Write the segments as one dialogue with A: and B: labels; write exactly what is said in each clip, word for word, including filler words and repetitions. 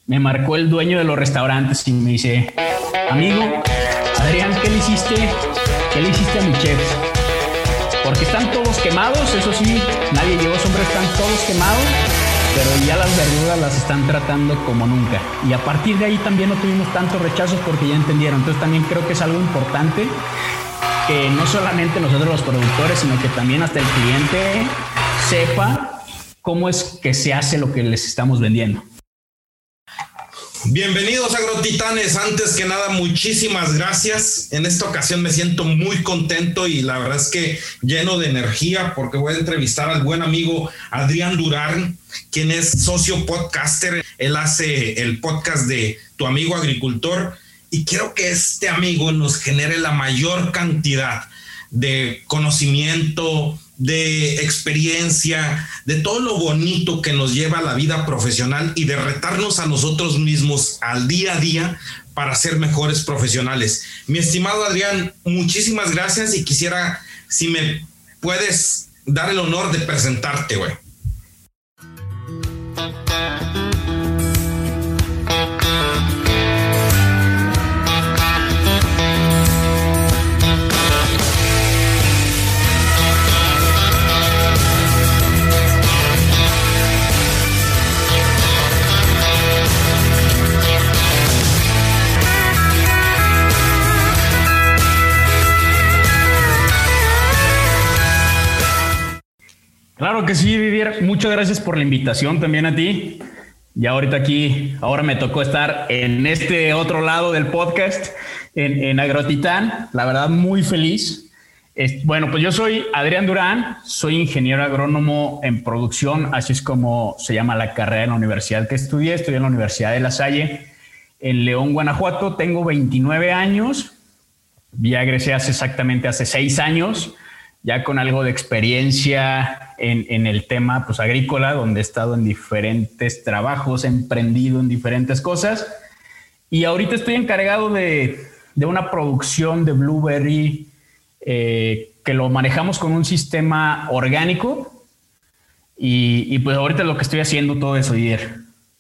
A: me marcó el dueño de los restaurantes y me dice, amigo, Adrián, ¿qué le hiciste? ¿Qué le hiciste a mi chef? Porque están todos quemados, eso sí, nadie llevó sombrero, están todos quemados, pero ya las verduras las están tratando como nunca. Y a partir de ahí también no tuvimos tantos rechazos porque ya entendieron. Entonces también creo que es algo importante que no solamente nosotros los productores, sino que también hasta el cliente sepa cómo es que se hace lo que les estamos vendiendo.
B: Bienvenidos Agrotitanes, antes que nada muchísimas gracias. En esta ocasión me siento muy contento y la verdad es que lleno de energía porque voy a entrevistar al buen amigo Adrián Durán, quien es socio podcaster. Él hace el podcast de Tu Amigo Agricultor y quiero que este amigo nos genere la mayor cantidad de conocimiento, de experiencia, de todo lo bonito que nos lleva a la vida profesional y de retarnos a nosotros mismos al día a día para ser mejores profesionales. Mi estimado Adrián, muchísimas gracias y quisiera, si me puedes dar el honor de presentarte, güey.
A: Claro que sí, Didier. Muchas gracias por la invitación también a ti. Y ahorita aquí, ahora me tocó estar en este otro lado del podcast, en, en Agrotitán. La verdad, muy feliz. Es, bueno, pues yo soy Adrián Durán, soy ingeniero agrónomo en producción, así es como se llama la carrera en la universidad que estudié. Estudié en la Universidad de La Salle, en León, Guanajuato. Tengo veintinueve años. Ya egresé hace exactamente hace seis años. Ya con algo de experiencia en, en el tema pues, agrícola, donde he estado en diferentes trabajos, he emprendido en diferentes cosas. Y ahorita estoy encargado de, de una producción de blueberry eh, que lo manejamos con un sistema orgánico. Y, y pues ahorita es lo que estoy haciendo todo eso, Didier.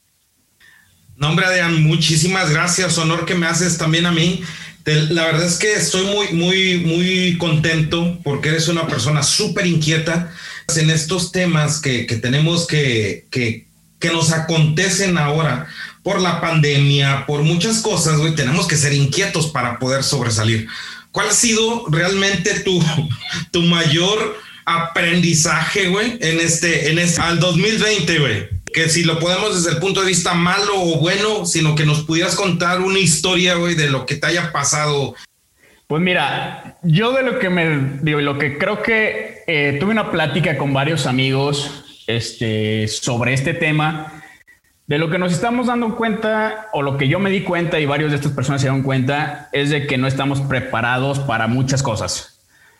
B: No, hombre, Adrián, muchísimas gracias. Honor que me haces también a mí. La verdad es que estoy muy, muy, muy contento porque eres una persona súper inquieta en estos temas que, que tenemos que, que, que nos acontecen ahora por la pandemia, por muchas cosas, güey. Tenemos que ser inquietos para poder sobresalir. ¿Cuál ha sido realmente tu, tu mayor aprendizaje, güey, en este, en este, al dos mil veinte, güey? Que si lo podemos desde el punto de vista malo o bueno, sino que nos pudieras contar una historia, güey, de lo que te haya pasado.
A: Pues mira, yo de lo que me digo, lo que creo que eh, tuve una plática con varios amigos este, sobre este tema, de lo que nos estamos dando cuenta, o lo que yo me di cuenta y varios de estas personas se dieron cuenta, es de que no estamos preparados para muchas cosas.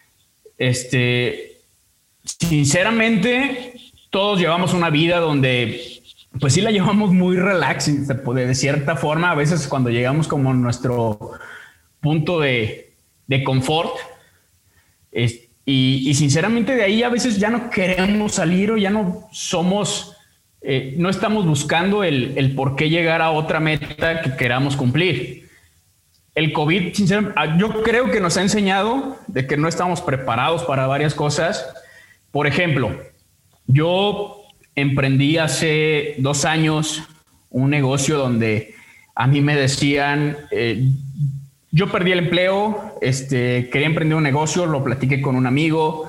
A: Este, sinceramente, todos llevamos una vida donde, pues sí la llevamos muy relax, de cierta forma. A veces cuando llegamos como a nuestro punto de, de confort, es, y, y sinceramente de ahí a veces ya no queremos salir o ya no somos, eh, no estamos buscando el, el por qué llegar a otra meta que queramos cumplir. El COVID, sinceramente, yo creo que nos ha enseñado de que no estamos preparados para varias cosas. Por ejemplo, yo emprendí hace dos años un negocio donde a mí me decían, eh, yo perdí el empleo, este, quería emprender un negocio, lo platiqué con un amigo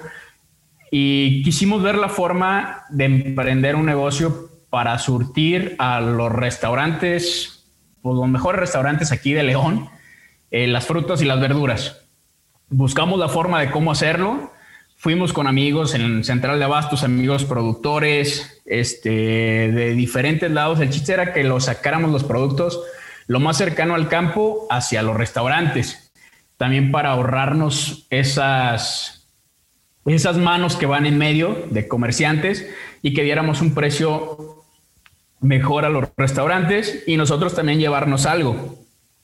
A: y quisimos ver la forma de emprender un negocio para surtir a los restaurantes, pues los mejores restaurantes aquí de León, eh, las frutas y las verduras. Buscamos la forma de cómo hacerlo. Fuimos con amigos en Central de Abastos, amigos productores este, de diferentes lados. El chiste era que los sacáramos los productos lo más cercano al campo hacia los restaurantes. También para ahorrarnos esas, esas manos que van en medio de comerciantes y que diéramos un precio mejor a los restaurantes y nosotros también llevarnos algo.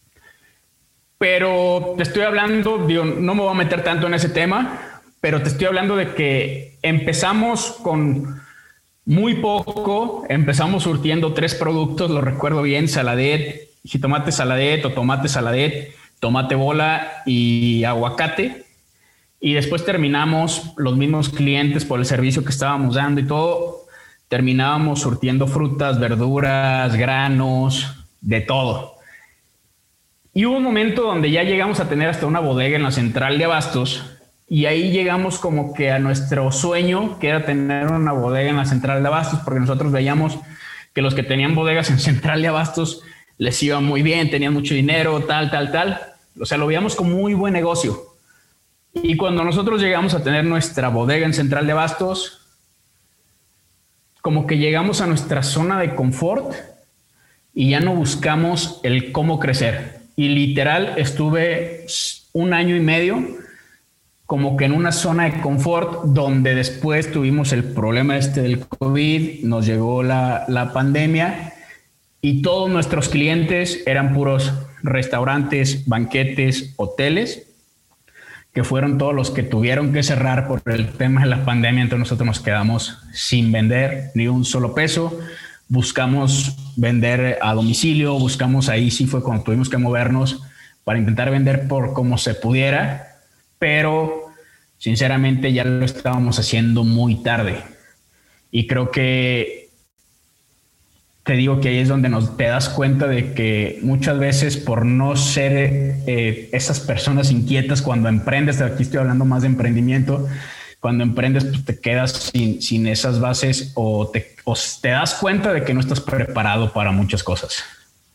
A: Pero te estoy hablando, digo, no me voy a meter tanto en ese tema, pero te estoy hablando de que empezamos con, Muy poco, empezamos surtiendo tres productos, lo recuerdo bien: saladet, jitomate saladet o tomate saladet, tomate bola y aguacate. Y después terminamos, los mismos clientes, por el servicio que estábamos dando y todo, terminábamos surtiendo frutas, verduras, granos, de todo. Y hubo un momento donde ya llegamos a tener hasta una bodega en la central de abastos, y ahí llegamos como que a nuestro sueño, que era tener una bodega en la central de abastos, porque nosotros veíamos que los que tenían bodegas en central de abastos les iba muy bien, tenían mucho dinero, tal, tal, tal. O sea, lo veíamos como muy buen negocio. Y cuando nosotros llegamos a tener nuestra bodega en central de abastos, como que llegamos a nuestra zona de confort y ya no buscamos el cómo crecer. Y literal estuve un año y medio como que en una zona de confort, donde después tuvimos el problema este del COVID, nos llegó la, la pandemia y todos nuestros clientes eran puros restaurantes, banquetes, hoteles, que fueron todos los que tuvieron que cerrar por el tema de la pandemia. Entonces nosotros nos quedamos sin vender ni un solo peso. Buscamos vender a domicilio, buscamos, ahí sí fue cuando tuvimos que movernos para intentar vender por como se pudiera, pero sinceramente ya lo estábamos haciendo muy tarde. Y creo que te digo que ahí es donde nos, te das cuenta de que muchas veces, por no ser eh, esas personas inquietas cuando emprendes, aquí estoy hablando más de emprendimiento, cuando emprendes pues te quedas sin, sin esas bases, o te, o te das cuenta de que no estás preparado para muchas cosas.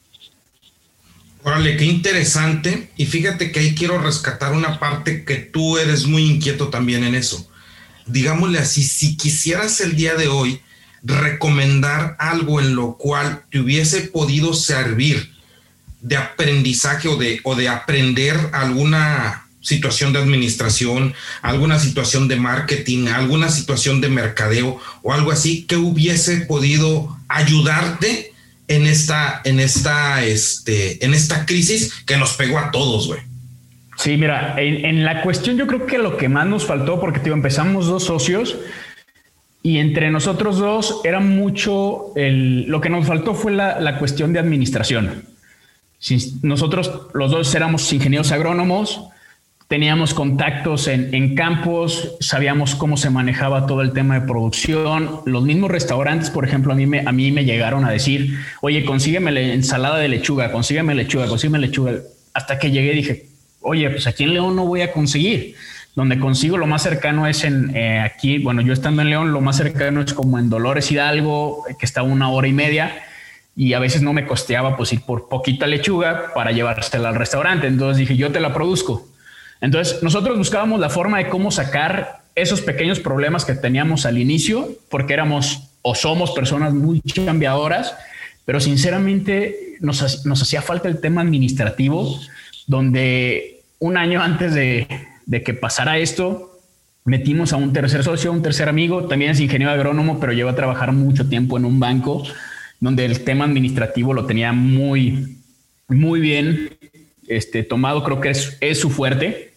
B: Órale, qué interesante. Y fíjate que ahí quiero rescatar una parte que tú eres muy inquieto también en eso. Digámosle así, si quisieras el día de hoy recomendar algo en lo cual te hubiese podido servir de aprendizaje o de, o de aprender alguna situación de administración, alguna situación de marketing, alguna situación de mercadeo o algo así, que hubiese podido ayudarte en esta, en esta, este, en esta crisis que nos pegó a todos, güey.
A: Sí, mira, en, en la cuestión yo creo que lo que más nos faltó, porque tío, empezamos dos socios y entre nosotros dos era mucho, el, lo que nos faltó fue la, la cuestión de administración. Si nosotros los dos éramos ingenieros agrónomos, teníamos contactos en, en campos, sabíamos cómo se manejaba todo el tema de producción. Los mismos restaurantes, por ejemplo, a mí me, a mí me llegaron a decir, oye, consígueme la ensalada de lechuga, consígueme lechuga, consígueme lechuga. Hasta que llegué y dije, oye, pues aquí en León no voy a conseguir. Donde consigo lo más cercano es en eh, aquí, bueno, yo estando en León, lo más cercano es como en Dolores Hidalgo, que está a una hora y media. Y a veces no me costeaba pues ir por poquita lechuga para llevársela al restaurante. Entonces dije, yo te la produzco. Entonces nosotros buscábamos la forma de cómo sacar esos pequeños problemas que teníamos al inicio, porque éramos o somos personas muy chambeadoras, pero sinceramente nos, nos hacía falta el tema administrativo, donde un año antes de, de que pasara esto, metimos a un tercer socio, un tercer amigo, también es ingeniero agrónomo, pero lleva a trabajar mucho tiempo en un banco, donde el tema administrativo lo tenía muy, muy bien este, tomado. Creo que es, es su fuerte.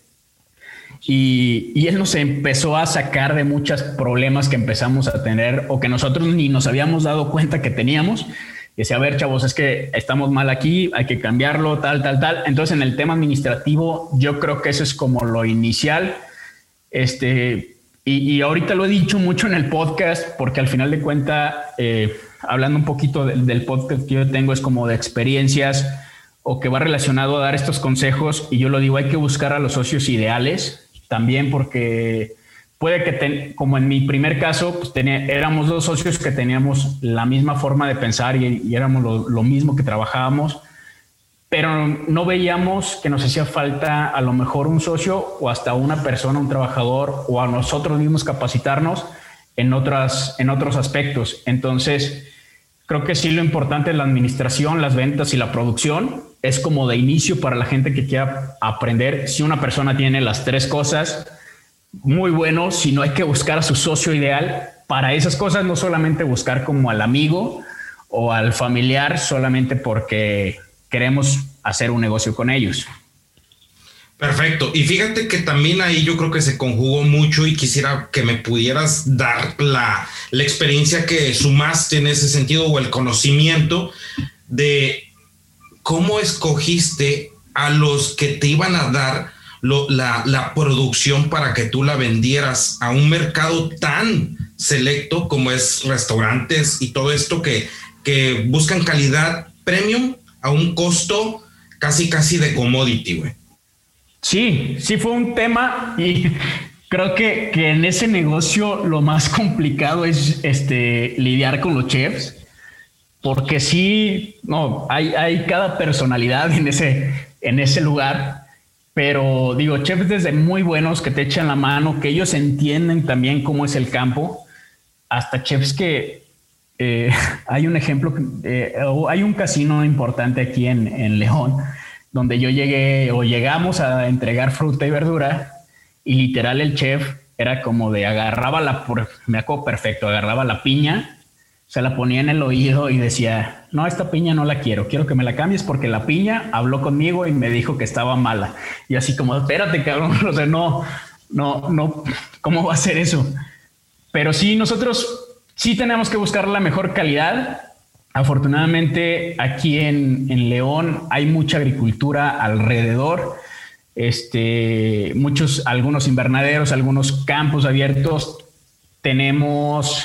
A: Y, y él nos empezó a sacar de muchos problemas que empezamos a tener o que nosotros ni nos habíamos dado cuenta que teníamos. Y decía, a ver, chavos, es que estamos mal aquí, hay que cambiarlo, tal, tal, tal. Entonces, en el tema administrativo, yo creo que eso es como lo inicial. Este, y, y ahorita lo he dicho mucho en el podcast, porque al final de cuentas, eh, hablando un poquito de, del podcast que yo tengo, es como de experiencias o que va relacionado a dar estos consejos. Y yo lo digo, hay que buscar a los socios ideales también, porque puede que, ten, como en mi primer caso, pues tenía, éramos dos socios que teníamos la misma forma de pensar y, y éramos lo, lo mismo que trabajábamos, pero no veíamos que nos hacía falta a lo mejor un socio o hasta una persona, un trabajador, o a nosotros mismos capacitarnos en, otras, en otros aspectos. Entonces, creo que sí, lo importante es la administración, las ventas y la producción. Es como de inicio para la gente que quiera aprender. Si una persona tiene las tres cosas, muy bueno. Si no, hay que buscar a su socio ideal para esas cosas, no solamente buscar como al amigo o al familiar solamente porque queremos hacer un negocio con ellos.
B: Perfecto. Y fíjate que también ahí yo creo que se conjugó mucho y quisiera que me pudieras dar la, la experiencia que sumaste en ese sentido o el conocimiento de cómo escogiste a los que te iban a dar lo, la, la producción para que tú la vendieras a un mercado tan selecto como es restaurantes y todo esto que, que buscan calidad premium a un costo casi casi de commodity, güey.
A: Sí, sí fue un tema y creo que, que en ese negocio lo más complicado es este, lidiar con los chefs, porque sí, no, hay, hay cada personalidad en ese, en ese lugar, pero digo, chefs desde muy buenos que te echan la mano, que ellos entienden también cómo es el campo, hasta chefs que eh, hay un ejemplo, eh, hay un casino importante aquí en, en León, donde yo llegué o llegamos a entregar fruta y verdura y literal el chef era como de agarraba la, me acuerdo perfecto, agarraba la piña, se la ponía en el oído y decía, no, esta piña no la quiero, quiero que me la cambies porque la piña habló conmigo y me dijo que estaba mala. Y así como, espérate, cabrón, o sea, no, no, no, ¿cómo va a ser eso? Pero sí, nosotros sí tenemos que buscar la mejor calidad. Afortunadamente aquí en, en León hay mucha agricultura alrededor, este, muchos, algunos invernaderos, algunos campos abiertos. Tenemos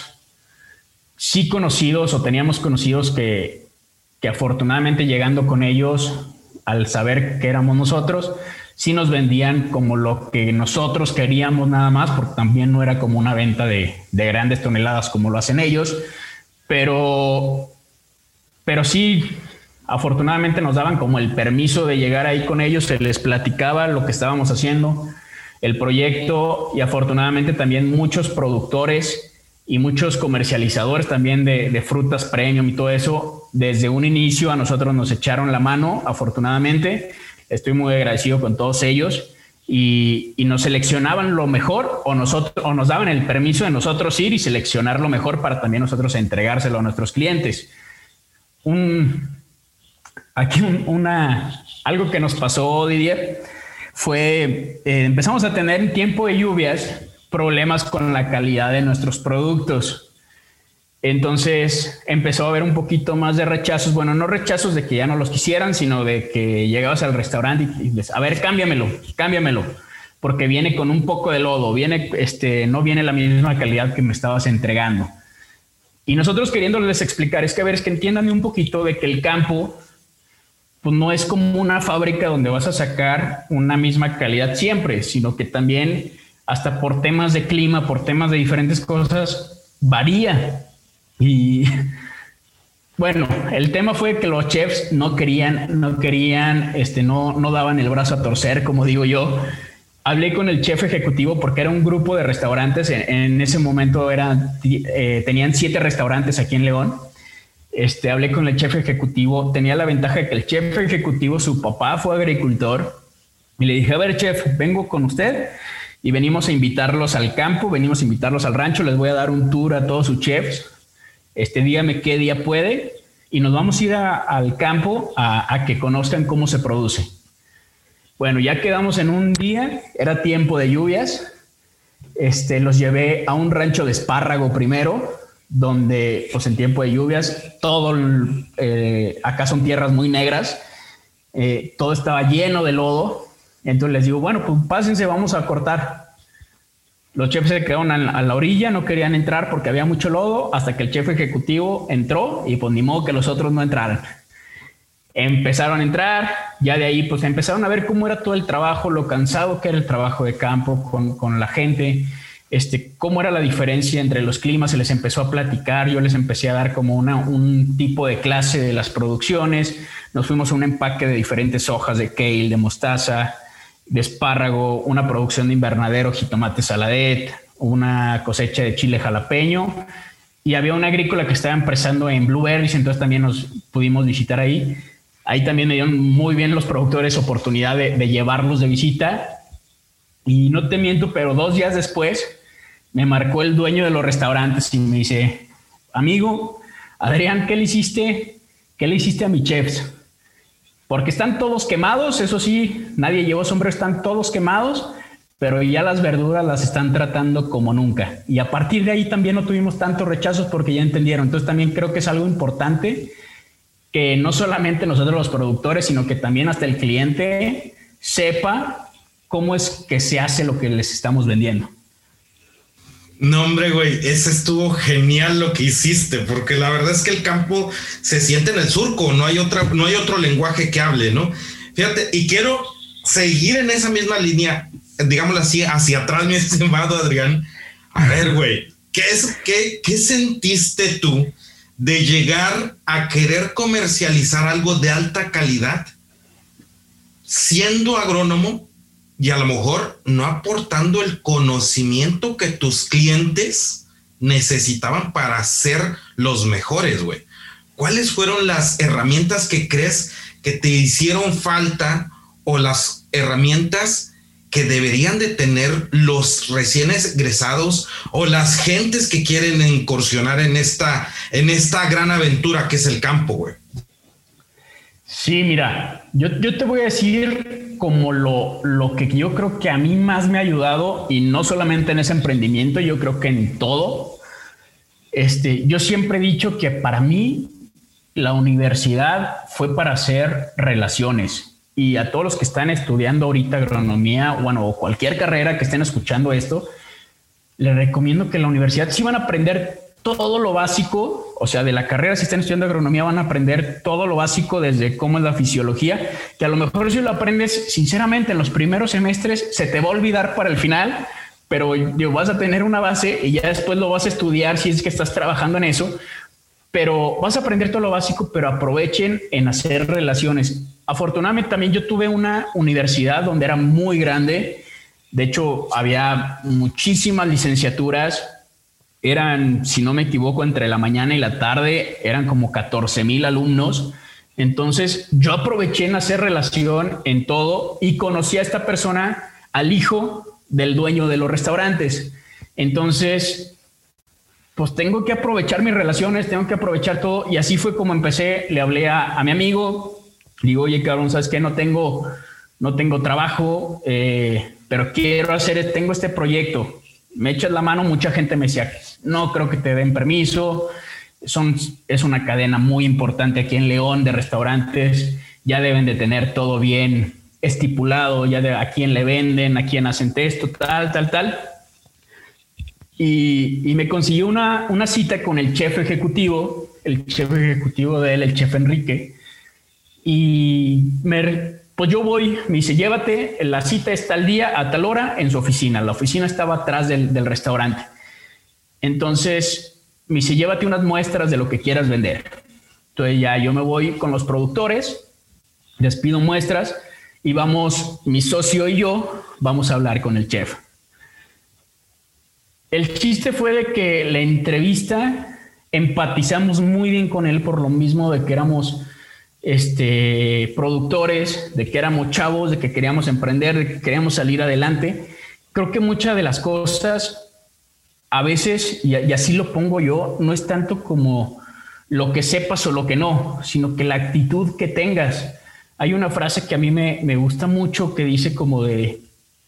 A: sí conocidos o teníamos conocidos que, que afortunadamente llegando con ellos, al saber que éramos nosotros, sí nos vendían como lo que nosotros queríamos nada más, porque también no era como una venta de, de grandes toneladas como lo hacen ellos, pero... Pero sí, afortunadamente nos daban como el permiso de llegar ahí con ellos, se les platicaba lo que estábamos haciendo, el proyecto, y afortunadamente también muchos productores y muchos comercializadores también de, de frutas premium y todo eso, desde un inicio a nosotros nos echaron la mano, afortunadamente. Estoy muy agradecido con todos ellos y, y nos seleccionaban lo mejor o, nosotros, o nos daban el permiso de nosotros ir y seleccionar lo mejor para también nosotros entregárselo a nuestros clientes. Un, aquí un, una, algo que nos pasó, Didier, fue, eh, empezamos a tener en tiempo de lluvias problemas con la calidad de nuestros productos. Entonces empezó a haber un poquito más de rechazos, bueno, no rechazos de que ya no los quisieran, sino de que llegabas al restaurante y dices, a ver, cámbiamelo, cámbiamelo, porque viene con un poco de lodo, viene, este, no viene la misma calidad que me estabas entregando. Y nosotros queriéndoles explicar, es que a ver, es que entiendan un poquito de que el campo pues no es como una fábrica donde vas a sacar una misma calidad siempre, sino que también hasta por temas de clima, por temas de diferentes cosas, varía. Y bueno, el tema fue que los chefs no querían, no querían, este, no, no daban el brazo a torcer, como digo yo. Hablé con el chef ejecutivo porque era un grupo de restaurantes. En, en ese momento eran, eh, tenían siete restaurantes aquí en León. Este, hablé con el chef ejecutivo. Tenía la ventaja de que el chef ejecutivo, su papá fue agricultor. Y le dije, a ver, chef, vengo con usted y venimos a invitarlos al campo, venimos a invitarlos al rancho. Les voy a dar un tour a todos sus chefs. Este, dígame qué día puede y nos vamos a ir a, al campo a, a que conozcan cómo se produce. Bueno, ya quedamos en un día, era tiempo de lluvias, este, los llevé a un rancho de espárrago primero, donde pues en tiempo de lluvias, todo, eh, acá son tierras muy negras, eh, todo estaba lleno de lodo, entonces les digo, bueno, pues pásense, vamos a cortar. Los chefs se quedaron a la, a la orilla, no querían entrar porque había mucho lodo, hasta que el chef ejecutivo entró y pues ni modo que los otros no entraran. Empezaron a entrar, ya de ahí pues empezaron a ver cómo era todo el trabajo, lo cansado que era el trabajo de campo con, con la gente, este, cómo era la diferencia entre los climas, se les empezó a platicar, yo les empecé a dar como una, un tipo de clase de las producciones, nos fuimos a un empaque de diferentes hojas de kale, de mostaza, de espárrago, una producción de invernadero, jitomate saladet, una cosecha de chile jalapeño y había una agrícola que estaba empezando en blueberries, entonces también nos pudimos visitar ahí. Ahí también me dieron muy bien los productores oportunidad de, de llevarlos de visita. Y no te miento, pero dos días después me marcó el dueño de los restaurantes y me dice, amigo, Adrián, ¿qué le hiciste? ¿Qué le hiciste a mis chefs? porque están todos quemados, eso sí, nadie llevó sombrero, están todos quemados, pero ya las verduras las están tratando como nunca. Y a partir de ahí también no tuvimos tantos rechazos porque ya entendieron. Entonces también creo que es algo importante que no solamente nosotros los productores, sino que también hasta el cliente sepa cómo es que se hace lo que les estamos vendiendo.
B: No, hombre, güey, ese estuvo genial lo que hiciste, porque la verdad es que el campo se siente en el surco, no hay otra, no hay otro lenguaje que hable, ¿no? Fíjate, y quiero seguir en esa misma línea, digámoslo así, hacia atrás, mi estimado Adrián. A ver, güey, ¿qué es, qué, qué sentiste tú de llegar a querer comercializar algo de alta calidad siendo agrónomo y a lo mejor no aportando el conocimiento que tus clientes necesitaban para ser los mejores, güey? ¿Cuáles fueron las herramientas que crees que te hicieron falta o las herramientas que deberían de tener los recién egresados o las gentes que quieren incursionar en esta, en esta gran aventura que es el campo, güey?
A: Sí, mira, yo, yo te voy a decir como lo, lo que yo creo que a mí más me ha ayudado, y no solamente en ese emprendimiento, yo creo que en todo. Este, yo siempre he dicho que para mí la universidad fue para hacer relaciones, y a todos los que están estudiando ahorita agronomía, bueno, o cualquier carrera que estén escuchando esto, les recomiendo que en la universidad sí van a aprender todo lo básico. O sea, de la carrera, si están estudiando agronomía, van a aprender todo lo básico, desde cómo es la fisiología, que a lo mejor si lo aprendes, sinceramente, en los primeros semestres se te va a olvidar para el final, pero digo, vas a tener una base y ya después lo vas a estudiar si es que estás trabajando en eso, pero vas a aprender todo lo básico, pero aprovechen en hacer relaciones. Afortunadamente también yo tuve una universidad donde era muy grande. De hecho, había muchísimas licenciaturas. Eran, si no me equivoco, entre la mañana y la tarde, eran como catorce mil alumnos. Entonces yo aproveché en hacer relación en todo y conocí a esta persona, al hijo del dueño de los restaurantes. Entonces, pues tengo que aprovechar mis relaciones, tengo que aprovechar todo. Y así fue como empecé. Le hablé a, a mi amigo, digo, oye, cabrón, ¿sabes qué? No tengo, no tengo trabajo, eh, pero quiero hacer, tengo este proyecto. Me echas la mano. Mucha gente me decía, no creo que te den permiso. Son, es una cadena muy importante aquí en León de restaurantes. Ya deben de tener todo bien estipulado, ya de a quién le venden, a quién hacen esto, tal, tal, tal. Y, y me consiguió una, una cita con el chef ejecutivo, el chef ejecutivo de él, el chef Enrique. Y me... Pues yo voy, me dice, llévate, la cita está al día, a tal hora, en su oficina. La oficina estaba atrás del, del restaurante. Entonces me dice, llévate unas muestras de lo que quieras vender. Entonces ya yo me voy con los productores, les pido muestras y vamos, mi socio y yo, vamos a hablar con el chef. El chiste fue de que la entrevista empatizamos muy bien con él por lo mismo de que éramos... Este, productores, de que éramos chavos, de que queríamos emprender, de que queríamos salir adelante. Creo que muchas de las cosas a veces, y, y así lo pongo yo, no es tanto como lo que sepas o lo que no, sino que la actitud que tengas. Hay una frase que a mí me, me gusta mucho que dice como de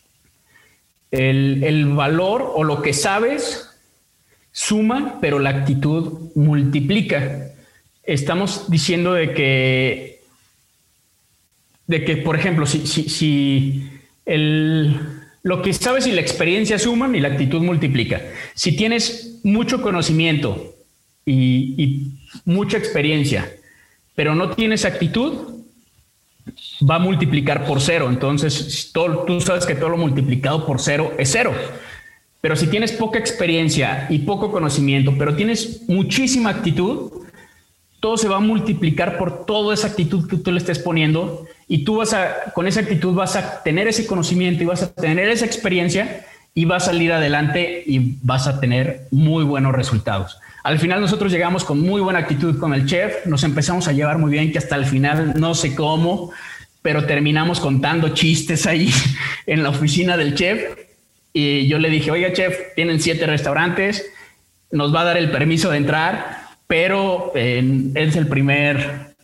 A: el, el valor o lo que sabes suma, pero la actitud multiplica. Estamos diciendo de que, de que, por ejemplo, si, si, si el, lo que sabes y la experiencia suman y la actitud multiplica. Si tienes mucho conocimiento y, y mucha experiencia, pero no tienes actitud, va a multiplicar por cero. Entonces, todo, tú sabes que todo lo multiplicado por cero es cero. Pero si tienes poca experiencia y poco conocimiento, pero tienes muchísima actitud, todo se va a multiplicar por toda esa actitud que tú le estés poniendo, y tú vas a, con esa actitud vas a tener ese conocimiento y vas a tener esa experiencia y vas a salir adelante y vas a tener muy buenos resultados. Al final nosotros llegamos con muy buena actitud con el chef, nos empezamos a llevar muy bien, que hasta el final no sé cómo, pero terminamos contando chistes ahí en la oficina del chef. Y yo le dije, oiga chef, tienen siete restaurantes, nos va a dar el permiso de entrar, pero eh, es el primer,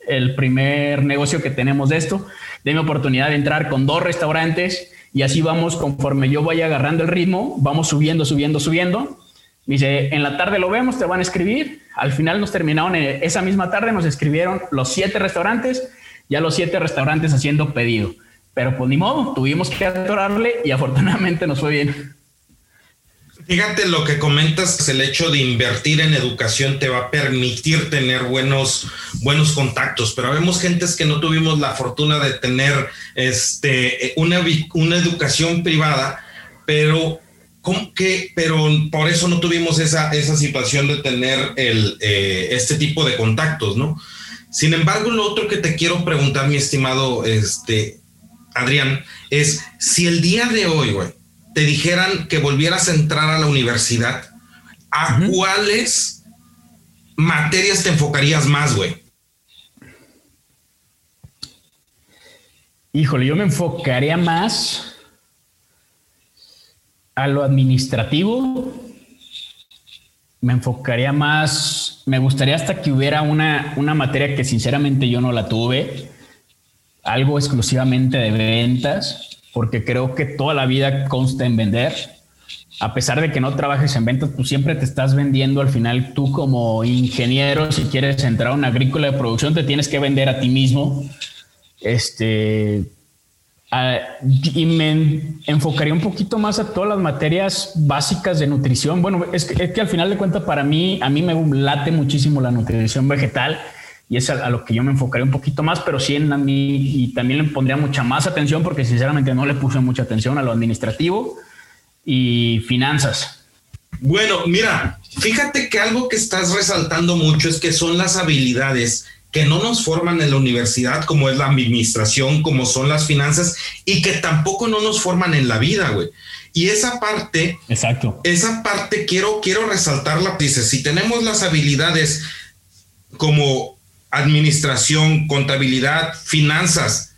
A: el primer negocio que tenemos de esto. Deme oportunidad de entrar con dos restaurantes y así vamos, conforme yo vaya agarrando el ritmo, vamos subiendo, subiendo, subiendo. Me dice, en la tarde lo vemos, te van a escribir. Al final nos terminaron, esa misma tarde nos escribieron los siete restaurantes, ya los siete restaurantes haciendo pedido. Pero pues ni modo, tuvimos que atorarle y afortunadamente nos fue bien.
B: Fíjate lo que comentas, el hecho de invertir en educación te va a permitir tener buenos, buenos contactos, pero vemos gentes que no tuvimos la fortuna de tener este, una, una educación privada, pero, ¿cómo que, pero por eso no tuvimos esa, esa situación de tener el, eh, este tipo de contactos, ¿no? Sin embargo, lo otro que te quiero preguntar, mi estimado este, Adrián, es si el día de hoy, güey, te dijeran que volvieras a entrar a la universidad, ¿a uh-huh. cuáles materias te enfocarías más, güey?
A: Híjole, yo me enfocaría más a lo administrativo. Me enfocaría más, me gustaría hasta que hubiera una, una materia que sinceramente yo no la tuve, algo exclusivamente de ventas, porque creo que toda la vida consta en vender. A pesar de que no trabajes en ventas, pues siempre te estás vendiendo. Al final, tú como ingeniero, si quieres entrar a una agrícola de producción, te tienes que vender a ti mismo. Este, a, y me enfocaría un poquito más a todas las materias básicas de nutrición. Bueno, es que, es que al final de cuentas, para mí, a mí me late muchísimo la nutrición vegetal. Y es a, a lo que yo me enfocaría un poquito más, pero sí en a mí, y también le pondría mucha más atención porque sinceramente no le puse mucha atención a lo administrativo y finanzas.
B: Bueno, mira, fíjate que algo que estás resaltando mucho es que son las habilidades que no nos forman en la universidad, como es la administración, como son las finanzas, y que tampoco no nos forman en la vida, güey. Y esa parte,
A: exacto,
B: esa parte quiero, quiero resaltarla. Dice, si tenemos las habilidades como administración, contabilidad, finanzas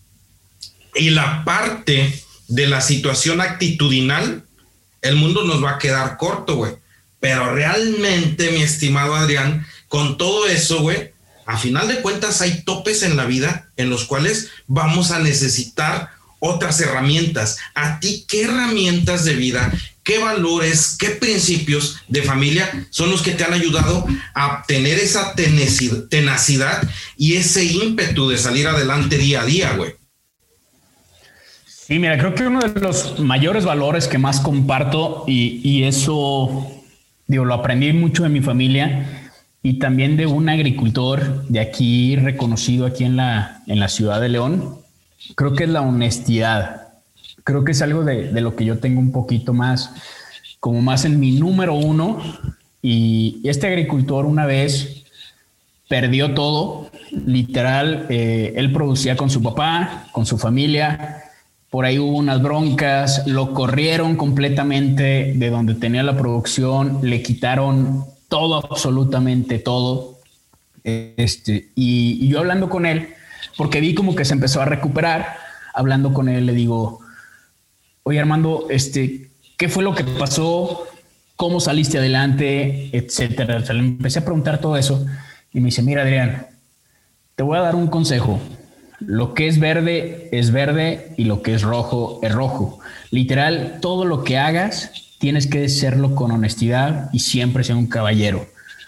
B: y la parte de la situación actitudinal, el mundo nos va a quedar corto, güey. Pero realmente, mi estimado Adrián, con todo eso, güey, a final de cuentas hay topes en la vida en los cuales vamos a necesitar otras herramientas. ¿A ti qué herramientas de vida, qué valores, qué principios de familia son los que te han ayudado a tener esa tenacidad y ese ímpetu de salir adelante día a día, güey?
A: Sí, mira, creo que uno de los mayores valores que más comparto, y, y eso, digo, lo aprendí mucho de mi familia y también de un agricultor de aquí, reconocido aquí en la, en la ciudad de León, creo que es la honestidad. Creo que es algo de, de lo que yo tengo un poquito más, como más en mi número uno. Y este agricultor una vez perdió todo, literal. Eh, él producía con su papá, con su familia. Por ahí hubo unas broncas, lo corrieron completamente de donde tenía la producción, le quitaron todo, absolutamente todo. Este, y, y yo hablando con él, porque vi como que se empezó a recuperar, hablando con él, le digo, oye Armando, este, ¿qué fue lo que pasó? ¿Cómo saliste adelante? Etcétera. O sea, le empecé a preguntar todo eso y me dice, mira Adrián, te voy a dar un consejo. Lo que es verde es verde y lo que es rojo es rojo. Literal, todo lo que hagas tienes que hacerlo con honestidad y siempre ser un caballero.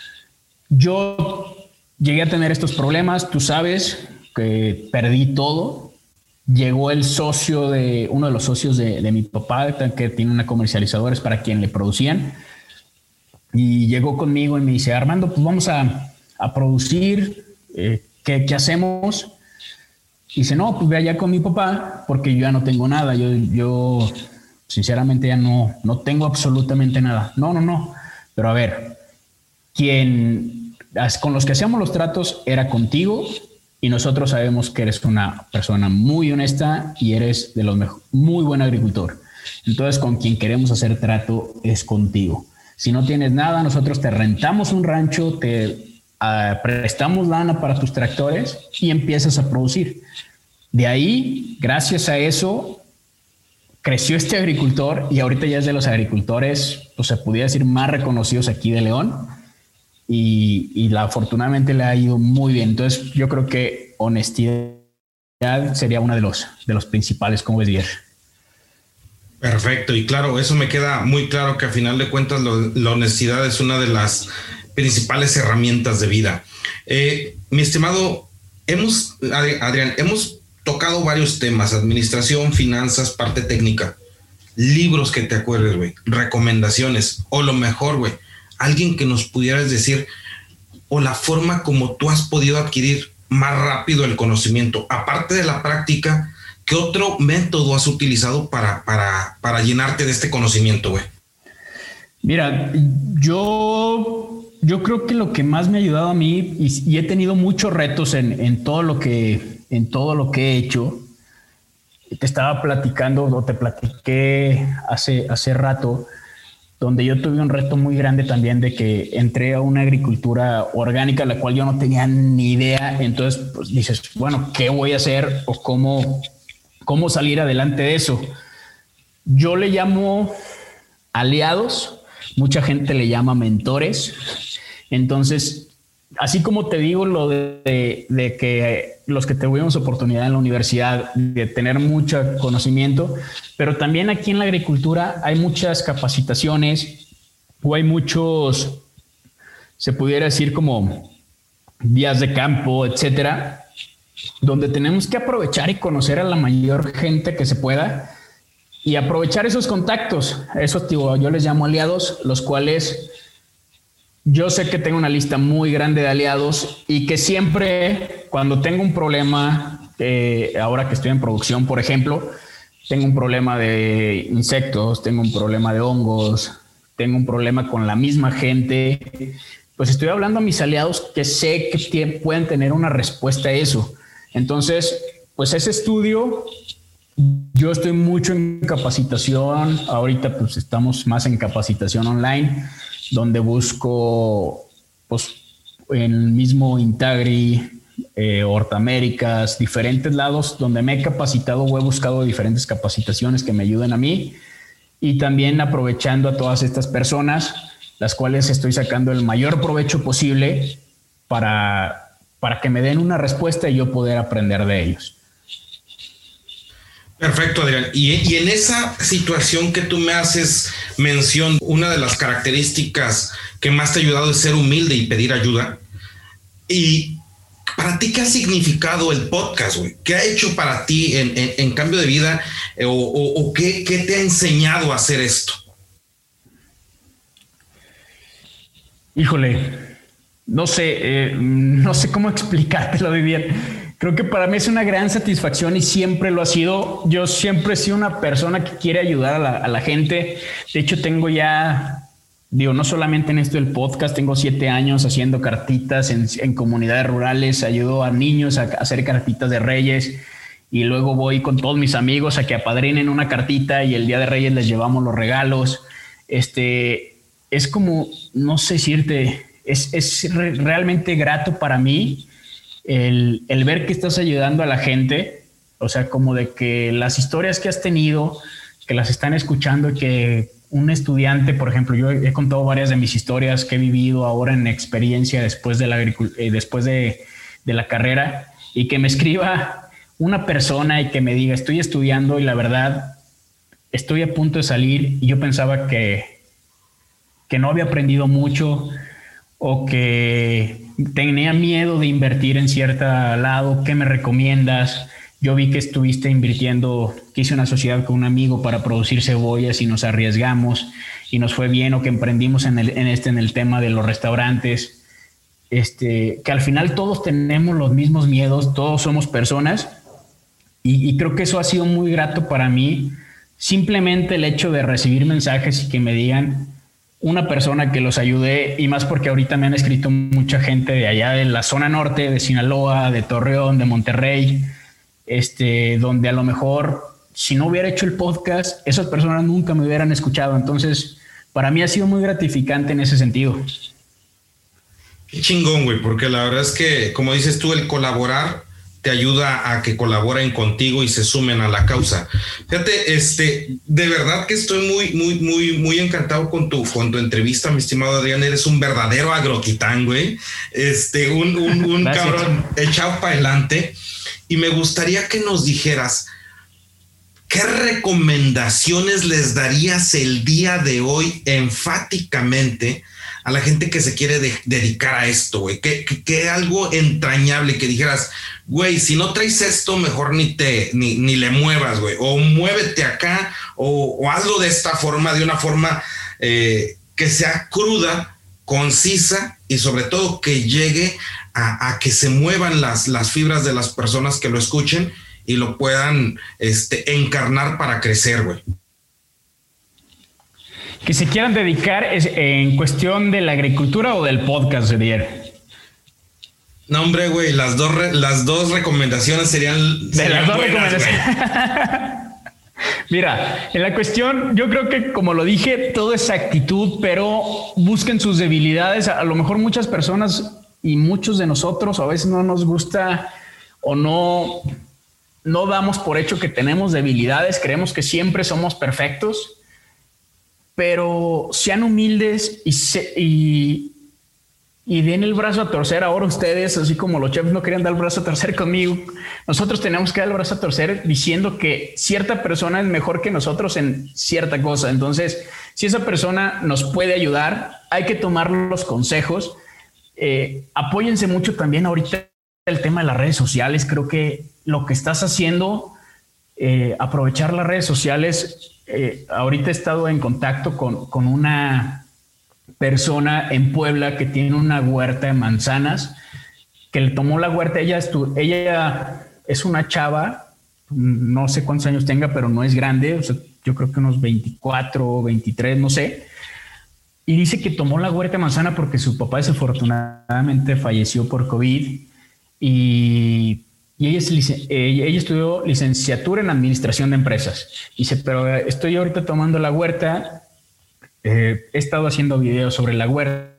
A: Yo llegué a tener estos problemas, tú sabes que perdí todo. Llegó el socio de uno de los socios de, de mi papá, que tiene una comercializadora, es para quien le producían, y llegó conmigo y me dice, Armando, pues vamos a, a producir, eh, ¿qué, ¿qué hacemos? Y dice, no, pues ve allá con mi papá, porque yo ya no tengo nada, yo, yo sinceramente ya no, no tengo absolutamente nada. No, no, no, pero a ver, quien con los que hacíamos los tratos era contigo, y nosotros sabemos que eres una persona muy honesta y eres de los mejores, muy buen agricultor. Entonces, con quien queremos hacer trato es contigo. Si no tienes nada, nosotros te rentamos un rancho, te uh, prestamos lana para tus tractores y empiezas a producir. De ahí, gracias a eso, creció este agricultor y ahorita ya es de los agricultores, pues se pudiera decir, más reconocidos aquí de León. y, y la, afortunadamente le ha ido muy bien. Entonces yo creo que honestidad sería uno de los, de los principales, como ves, Dier.
B: Perfecto, y claro, eso me queda muy claro que a final de cuentas lo, la honestidad es una de las principales herramientas de vida. Eh, mi estimado, hemos, Adrián, hemos tocado varios temas: administración, finanzas, parte técnica, libros que te acuerdes, güey, recomendaciones, o lo mejor, güey, alguien que nos pudieras decir, o la forma como tú has podido adquirir más rápido el conocimiento, aparte de la práctica. ¿Qué otro método has utilizado para, para, para llenarte de este conocimiento, güey?
A: Mira, yo, yo creo que lo que más me ha ayudado a mí, y, y he tenido muchos retos en, en, todo lo que, en todo lo que he hecho, te estaba platicando o te platiqué hace, hace rato, donde yo tuve un reto muy grande también de que entré a una agricultura orgánica, la cual yo no tenía ni idea. Entonces, pues dices, bueno, ¿qué voy a hacer o cómo... ¿Cómo salir adelante de eso? Yo le llamo aliados, mucha gente le llama mentores. Entonces, así como te digo lo de, de que los que tuvimos oportunidad en la universidad de tener mucho conocimiento, pero también aquí en la agricultura hay muchas capacitaciones o hay muchos, se pudiera decir como días de campo, etcétera, donde tenemos que aprovechar y conocer a la mayor gente que se pueda y aprovechar esos contactos. Esos, tío, yo les llamo aliados, los cuales yo sé que tengo una lista muy grande de aliados y que siempre cuando tengo un problema, eh, ahora que estoy en producción, por ejemplo, tengo un problema de insectos, tengo un problema de hongos, tengo un problema con la misma gente, pues estoy hablando a mis aliados que sé que pueden tener una respuesta a eso. Entonces, pues ese estudio, yo estoy mucho en capacitación. Ahorita pues estamos más en capacitación online, donde busco pues en el mismo Intagri, eh, Hortaméricas, diferentes lados donde me he capacitado o he buscado diferentes capacitaciones que me ayuden a mí, y también aprovechando a todas estas personas, las cuales estoy sacando el mayor provecho posible para... para que me den una respuesta y yo poder aprender de ellos.
B: Perfecto, Adrián. Y, y en esa situación que tú me haces mención, una de las características que más te ha ayudado es ser humilde y pedir ayuda. Y para ti, ¿qué ha significado el podcast, güey? ¿Qué ha hecho para ti en, en, en cambio de vida? ¿O, o, o qué, qué te ha enseñado a hacer esto?
A: Híjole, no sé, eh, no sé cómo explicártelo de bien. Creo que para mí es una gran satisfacción y siempre lo ha sido. Yo siempre he sido una persona que quiere ayudar a la, a la gente. De hecho, tengo ya, digo, no solamente en esto del podcast, tengo siete años haciendo cartitas en, en comunidades rurales, ayudo a niños a, a hacer cartitas de Reyes, y luego voy con todos mis amigos a que apadrinen una cartita y el día de Reyes les llevamos los regalos. Este, es como, no sé decirte... Es, es re, realmente grato para mí el, el ver que estás ayudando a la gente, o sea, como de que las historias que has tenido, que las están escuchando, que un estudiante, por ejemplo, yo he contado varias de mis historias que he vivido ahora en experiencia después de la, eh, después de, de la carrera, y que me escriba una persona y que me diga, estoy estudiando y la verdad estoy a punto de salir y yo pensaba que, que no había aprendido mucho, o que tenía miedo de invertir en cierto lado. ¿Qué me recomiendas? Yo vi que estuviste invirtiendo, que hice una sociedad con un amigo para producir cebollas y nos arriesgamos y nos fue bien, o que emprendimos en, el, en, este, en el tema de los restaurantes. Este, que al final todos tenemos los mismos miedos, todos somos personas, y, y creo que eso ha sido muy grato para mí. Simplemente el hecho de recibir mensajes y que me digan una persona que los ayude, y más porque ahorita me han escrito mucha gente de allá de la zona norte, de Sinaloa, de Torreón, de Monterrey, este, donde a lo mejor si no hubiera hecho el podcast, esas personas nunca me hubieran escuchado. Entonces, para mí ha sido muy gratificante en ese sentido.
B: Qué chingón, güey, porque la verdad es que, como dices tú, el colaborar te ayuda a que colaboren contigo y se sumen a la causa. Fíjate, este, de verdad que estoy muy, muy, muy, muy encantado con tu, con tu entrevista, mi estimado Adrián. Eres un verdadero agrotitán, güey. Este, un, un, un cabrón echado para adelante. Y me gustaría que nos dijeras, ¿qué recomendaciones les darías el día de hoy enfáticamente a la gente que se quiere de- dedicar a esto, güey? Que, que, que algo entrañable que dijeras, güey, si no traes esto, mejor ni te, ni, ni le muevas, güey, o muévete acá, o, o hazlo de esta forma, de una forma eh, que sea cruda, concisa y sobre todo que llegue a, a que se muevan las, las fibras de las personas que lo escuchen y lo puedan este, encarnar para crecer, güey.
A: Que se quieran dedicar es en cuestión de la agricultura o del podcast, Edier.
B: No, hombre, güey, las dos, re, las dos recomendaciones serían...
A: De
B: serían
A: las dos
B: buenas,
A: recomendaciones. Mira, en la cuestión, yo creo que como lo dije, todo es actitud, pero busquen sus debilidades. A lo mejor muchas personas y muchos de nosotros a veces no nos gusta o no, no damos por hecho que tenemos debilidades, creemos que siempre somos perfectos, pero sean humildes y, se, y, y den el brazo a torcer. Ahora ustedes, así como los chefs no querían dar el brazo a torcer conmigo, nosotros tenemos que dar el brazo a torcer diciendo que cierta persona es mejor que nosotros en cierta cosa. Entonces, si esa persona nos puede ayudar, hay que tomar los consejos. Eh, apóyense mucho también ahorita el tema de las redes sociales. Creo que lo que estás haciendo, eh, aprovechar las redes sociales. Eh, ahorita he estado en contacto con, con una persona en Puebla que tiene una huerta de manzanas, que le tomó la huerta. Ella, estu- ella es una chava, no sé cuántos años tenga, pero no es grande. O sea, yo creo que unos veinticuatro o veintitrés, no sé. Y dice que tomó la huerta de manzana porque su papá desafortunadamente falleció por COVID y... Y ella, es, ella, ella estudió licenciatura en administración de empresas. Dice, pero estoy ahorita tomando la huerta. Eh, he estado haciendo videos sobre la huerta,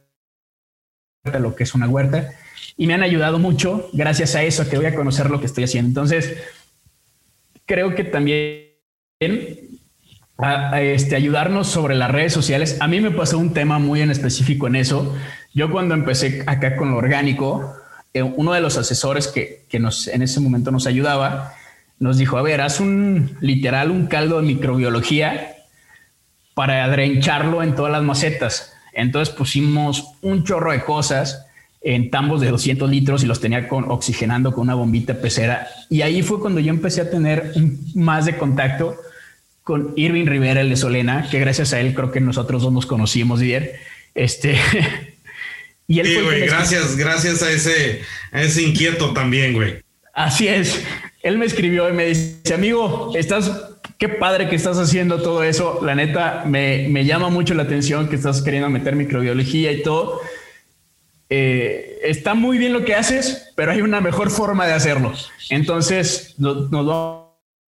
A: lo que es una huerta, y me han ayudado mucho. Gracias a eso que voy a conocer lo que estoy haciendo. Entonces, creo que también a, a este, ayudarnos sobre las redes sociales. A mí me pasó un tema muy en específico en eso. Yo cuando empecé acá con lo orgánico, uno de los asesores que, que nos, en ese momento nos ayudaba, nos dijo, a ver, haz un literal, un caldo de microbiología para drencharlo en todas las macetas. Entonces pusimos un chorro de cosas en tambos de doscientos litros y los tenía con, oxigenando con una bombita pecera. Y ahí fue cuando yo empecé a tener un, más de contacto con Irving Rivera, el de Solena, que gracias a él creo que nosotros dos nos conocimos, Didier. Este...
B: Y él sí, fue güey, gracias, gracias a ese, a ese inquieto también, güey.
A: Así es. Él me escribió y me dice, amigo, estás, qué padre que estás haciendo todo eso. La neta, me, me llama mucho la atención que estás queriendo meter microbiología y todo. Eh, está muy bien lo que haces, pero hay una mejor forma de hacerlo. Entonces, nos, nos vamos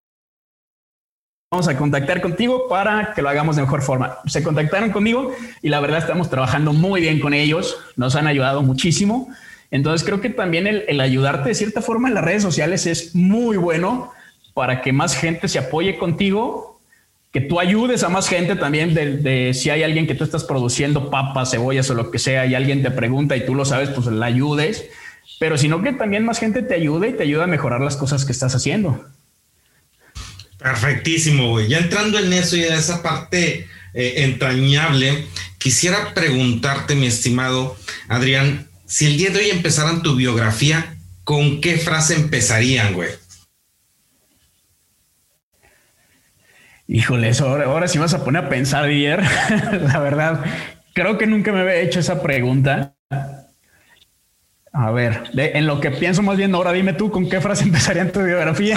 A: Vamos a contactar contigo para que lo hagamos de mejor forma. Se contactaron conmigo y la verdad estamos trabajando muy bien con ellos. Nos han ayudado muchísimo. Entonces creo que también el, el ayudarte de cierta forma en las redes sociales es muy bueno para que más gente se apoye contigo, que tú ayudes a más gente también de, de si hay alguien que tú estás produciendo papas, cebollas o lo que sea y alguien te pregunta y tú lo sabes, pues la ayudes. Pero sino que también más gente te ayude y te ayuda a mejorar las cosas que estás haciendo.
B: Perfectísimo, güey. Ya entrando en eso y en esa parte eh, entrañable, quisiera preguntarte, mi estimado Adrián, si el día de hoy empezaran tu biografía, ¿con qué frase empezarían, güey?
A: Híjole, eso ahora, ahora sí vas a poner a pensar, Dier. La verdad, creo que nunca me había hecho esa pregunta. A ver, de, en lo que pienso más bien ahora, dime tú, ¿con qué frase empezaría en tu biografía?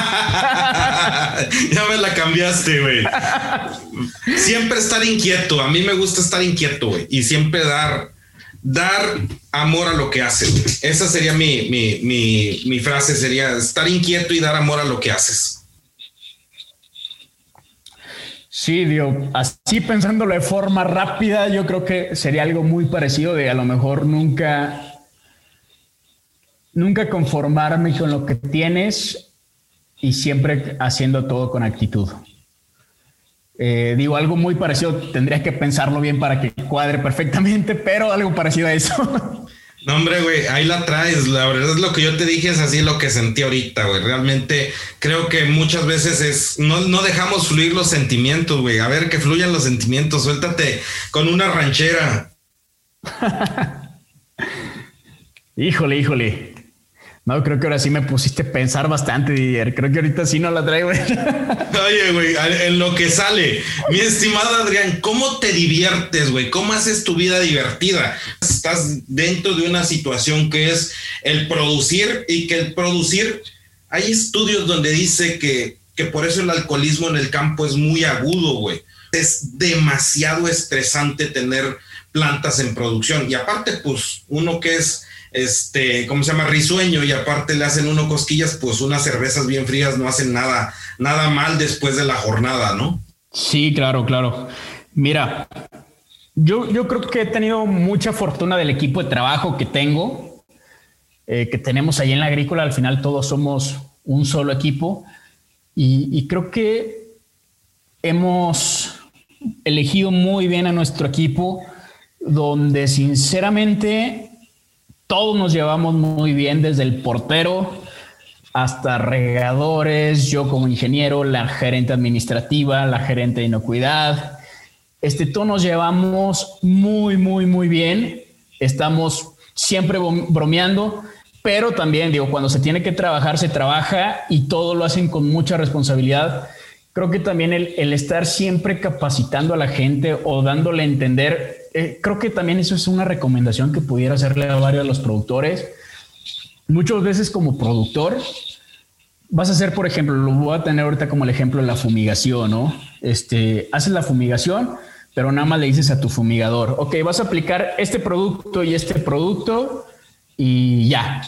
B: Ya me la cambiaste, güey. Siempre estar inquieto. A mí me gusta estar inquieto, güey. Y siempre dar, dar amor a lo que haces. Esa sería mi, mi, mi, mi frase, sería estar inquieto y dar amor a lo que haces.
A: Sí, digo, así pensándolo de forma rápida, yo creo que sería algo muy parecido de a lo mejor nunca... nunca conformarme con lo que tienes y siempre haciendo todo con actitud. Eh, digo, algo muy parecido, tendría que pensarlo bien para que cuadre perfectamente, pero algo parecido a eso.
B: No, hombre, güey, ahí la traes. La verdad es lo que yo te dije, es así lo que sentí ahorita, güey. Realmente creo que muchas veces es, no, no dejamos fluir los sentimientos, güey. A ver, que fluyan los sentimientos. Suéltate con una ranchera.
A: Híjole, híjole. No, creo que ahora sí me pusiste a pensar bastante, Didier. Creo que ahorita sí no la traigo.
B: Oye, güey, en lo que sale. Mi estimado Adrián, ¿cómo te diviertes, güey? ¿Cómo haces tu vida divertida? Estás dentro de una situación que es el producir y que el producir, hay estudios donde dice que, que por eso el alcoholismo en el campo es muy agudo, güey. Es demasiado estresante tener plantas en producción. Y aparte, pues, uno que es... este, ¿cómo se llama? Risueño, y aparte le hacen uno cosquillas, pues unas cervezas bien frías no hacen nada, nada mal después de la jornada, ¿no?
A: Sí, claro, claro. Mira, yo, yo creo que he tenido mucha fortuna del equipo de trabajo que tengo, eh, que tenemos ahí en la agrícola. Al final todos somos un solo equipo y, y creo que hemos elegido muy bien a nuestro equipo, donde sinceramente todos nos llevamos muy bien, desde el portero hasta regadores, yo como ingeniero, la gerente administrativa, la gerente de inocuidad. Este, todos nos llevamos muy, muy, muy bien. Estamos siempre bromeando, pero también, digo, cuando se tiene que trabajar, se trabaja y todo lo hacen con mucha responsabilidad. Creo que también el, el estar siempre capacitando a la gente o dándole a entender. Eh, creo que también eso es una recomendación que pudiera hacerle a varios de los productores. Muchas veces como productor vas a hacer, por ejemplo, lo voy a tener ahorita como el ejemplo de la fumigación, ¿no? Este, haces la fumigación, pero nada más le dices a tu fumigador, ok, vas a aplicar este producto y este producto y ya.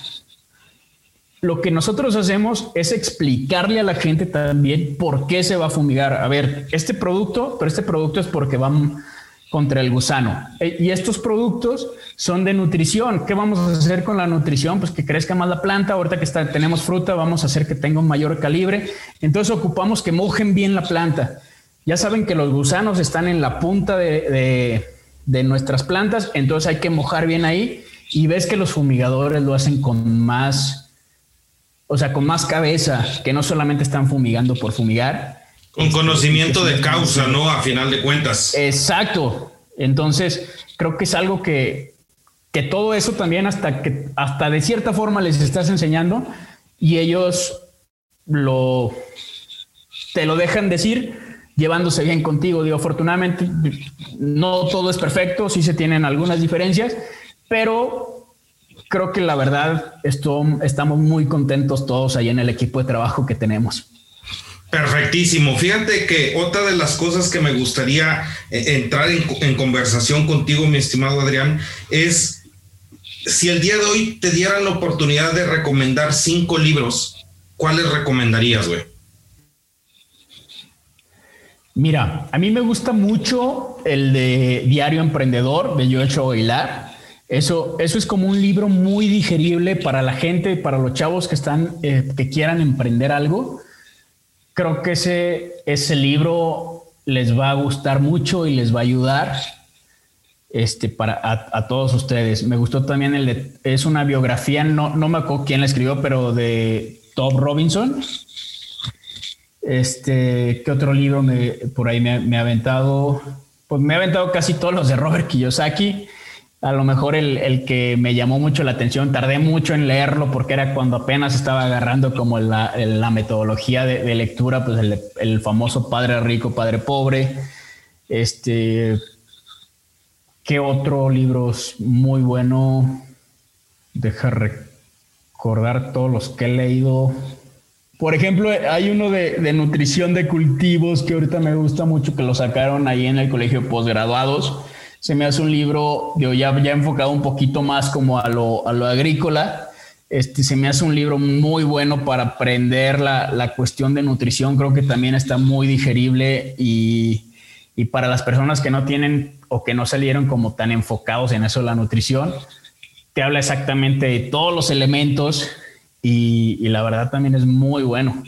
A: Lo que nosotros hacemos es explicarle a la gente también por qué se va a fumigar. A ver, este producto, pero este producto es porque van contra el gusano. Y estos productos son de nutrición. ¿Qué vamos a hacer con la nutrición? Pues que crezca más la planta. Ahorita que está, tenemos fruta, vamos a hacer que tenga un mayor calibre. Entonces ocupamos que mojen bien la planta. Ya saben que los gusanos están en la punta de, de, de nuestras plantas, entonces hay que mojar bien ahí. Y ves que los fumigadores lo hacen con más, o sea, con más cabeza, que no solamente están fumigando por fumigar.
B: Con conocimiento de causa, ¿no? A final de cuentas.
A: Exacto. Entonces, creo que es algo que, que todo eso también hasta que hasta de cierta forma les estás enseñando y ellos lo te lo dejan decir llevándose bien contigo. Digo, afortunadamente no todo es perfecto, sí se tienen algunas diferencias, pero creo que la verdad esto, estamos muy contentos todos ahí en el equipo de trabajo que tenemos.
B: Perfectísimo. Fíjate que otra de las cosas que me gustaría eh, entrar en, en conversación contigo, mi estimado Adrián, es si el día de hoy te dieran la oportunidad de recomendar cinco libros, ¿cuáles recomendarías, güey?
A: Mira, a mí me gusta mucho el de Diario Emprendedor de Joshua Aguilar. Eso, eso es como un libro muy digerible para la gente, para los chavos que están, eh, que quieran emprender algo. Creo que ese, ese libro les va a gustar mucho y les va a ayudar este, para, a, a todos ustedes. Me gustó también el de, es una biografía, no, no me acuerdo quién la escribió, pero de Tom Robinson. Este, ¿qué otro libro me, por ahí me, me ha aventado? Pues me ha aventado casi todos los de Robert Kiyosaki. A lo mejor el, el que me llamó mucho la atención, tardé mucho en leerlo porque era cuando apenas estaba agarrando como la, la metodología de, de lectura, pues el, el famoso Padre Rico, Padre Pobre. Este, ¿qué otro libro es muy bueno? Deja recordar todos los que he leído. Por ejemplo, hay uno de, de nutrición de cultivos que ahorita me gusta mucho, que lo sacaron ahí en el colegio de posgraduados. Se me hace un libro digo, ya, ya enfocado un poquito más como a lo, a lo agrícola. Este, se me hace un libro muy bueno para aprender la, la cuestión de nutrición. Creo que también está muy digerible y, y para las personas que no tienen o que no salieron como tan enfocados en eso de la nutrición, te habla exactamente de todos los elementos y, y la verdad también es muy bueno.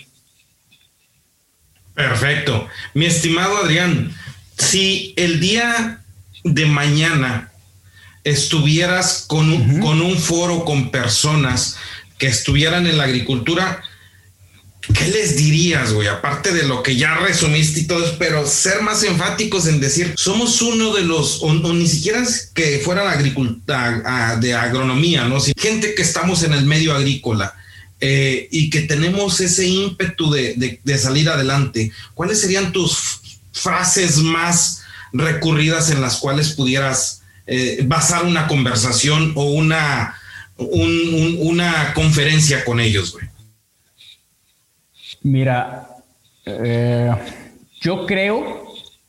B: Perfecto. Mi estimado Adrián, si el día de mañana estuvieras con un, uh-huh. con un foro con personas que estuvieran en la agricultura, ¿qué les dirías, güey? Aparte de lo que ya resumiste y todo eso, pero ser más enfáticos en decir, somos uno de los, o, o ni siquiera es que fuera la agricultura de agronomía, ¿no? Sino gente que estamos en el medio agrícola. Eh, y que tenemos ese ímpetu de, de, de salir adelante. ¿Cuáles serían tus frases más recurridas en las cuales pudieras eh, basar una conversación o una, un, un, una conferencia con ellos, güey?
A: Mira, eh, yo creo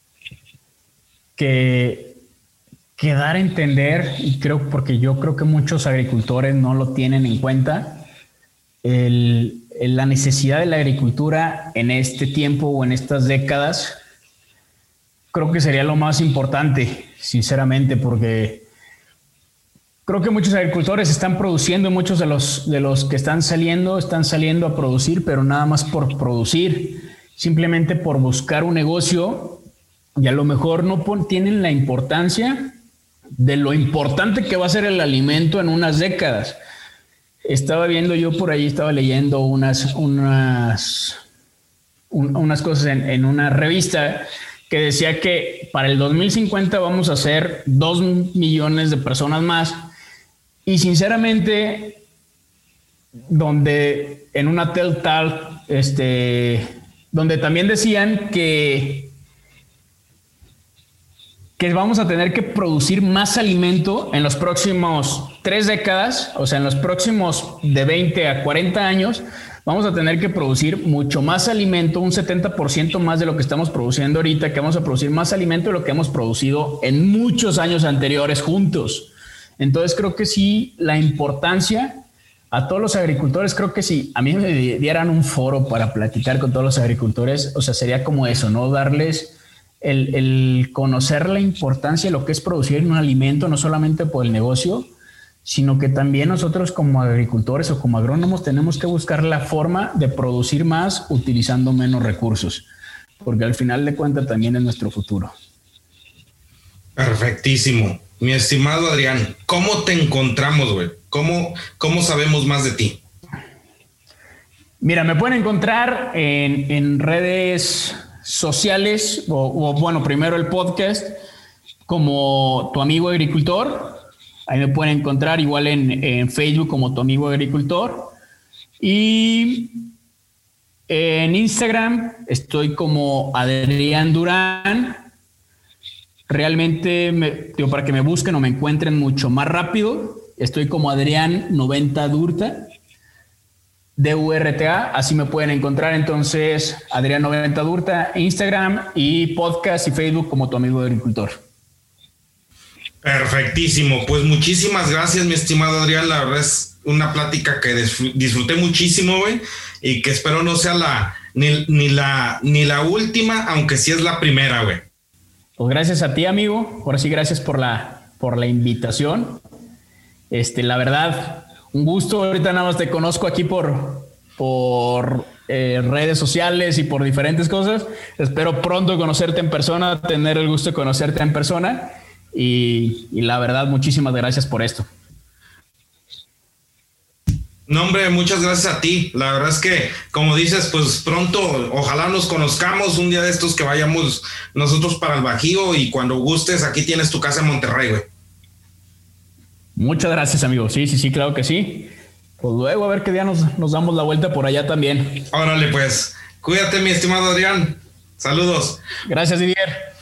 A: que, que dar a entender, y creo porque yo creo que muchos agricultores no lo tienen en cuenta, El, el, la necesidad de la agricultura en este tiempo o en estas décadas, creo que sería lo más importante, sinceramente, porque creo que muchos agricultores están produciendo, muchos de los, de los que están saliendo, están saliendo a producir, pero nada más por producir, simplemente por buscar un negocio, y a lo mejor no pon, tienen la importancia de lo importante que va a ser el alimento en unas décadas. Estaba viendo yo por ahí, estaba leyendo unas, unas, un, unas cosas en, en una revista que decía que para el dos mil cincuenta vamos a ser dos millones de personas más. Y sinceramente, donde en una TED Talk, este, donde también decían que, que vamos a tener que producir más alimento en los próximos tres décadas, o sea, en los próximos de veinte a cuarenta años, vamos a tener que producir mucho más alimento, un setenta por ciento más de lo que estamos produciendo ahorita, que vamos a producir más alimento de lo que hemos producido en muchos años anteriores juntos. Entonces creo que sí, la importancia a todos los agricultores, creo que si a mí me dieran un foro para platicar con todos los agricultores, o sea, sería como eso, ¿no? Darles el, el conocer la importancia de lo que es producir un alimento, no solamente por el negocio, sino que también nosotros como agricultores o como agrónomos tenemos que buscar la forma de producir más utilizando menos recursos, porque al final de cuentas también es nuestro futuro.
B: Perfectísimo. Mi estimado Adrián, ¿cómo te encontramos, güey? ¿Cómo, ¿Cómo sabemos más de ti?
A: Mira, me pueden encontrar en, en redes sociales, o, o bueno, primero el podcast, como Tu Amigo Agricultor. Ahí me pueden encontrar igual en, en Facebook como Tu Amigo Agricultor. Y en Instagram estoy como Adrián Durán. Realmente, me, digo, para que me busquen o me encuentren mucho más rápido, estoy como Adrián noventa Durta, D U R T A, así me pueden encontrar. Entonces, Adrián noventa Durta, Instagram y podcast y Facebook como Tu Amigo Agricultor.
B: Perfectísimo, pues muchísimas gracias, mi estimado Adrián. La verdad es una plática que disfruté muchísimo, güey, y que espero no sea la ni, ni la ni la última, aunque sí es la primera, güey.
A: Pues gracias a ti, amigo. Ahora sí, gracias por la por la invitación. Este, la verdad, un gusto. Ahorita nada más te conozco aquí por por eh, redes sociales y por diferentes cosas. Espero pronto conocerte en persona, tener el gusto de conocerte en persona. Y, y la verdad, muchísimas gracias por esto.
B: No, hombre, muchas gracias a ti. La verdad es que, como dices, pues pronto, ojalá nos conozcamos un día de estos que vayamos nosotros para el Bajío y cuando gustes, aquí tienes tu casa en Monterrey, güey.
A: Muchas gracias, amigo. Sí, sí, sí, claro que sí. Pues luego a ver qué día nos, nos damos la vuelta por allá también.
B: Órale, pues. Cuídate, mi estimado Adrián. Saludos.
A: Gracias, Didier.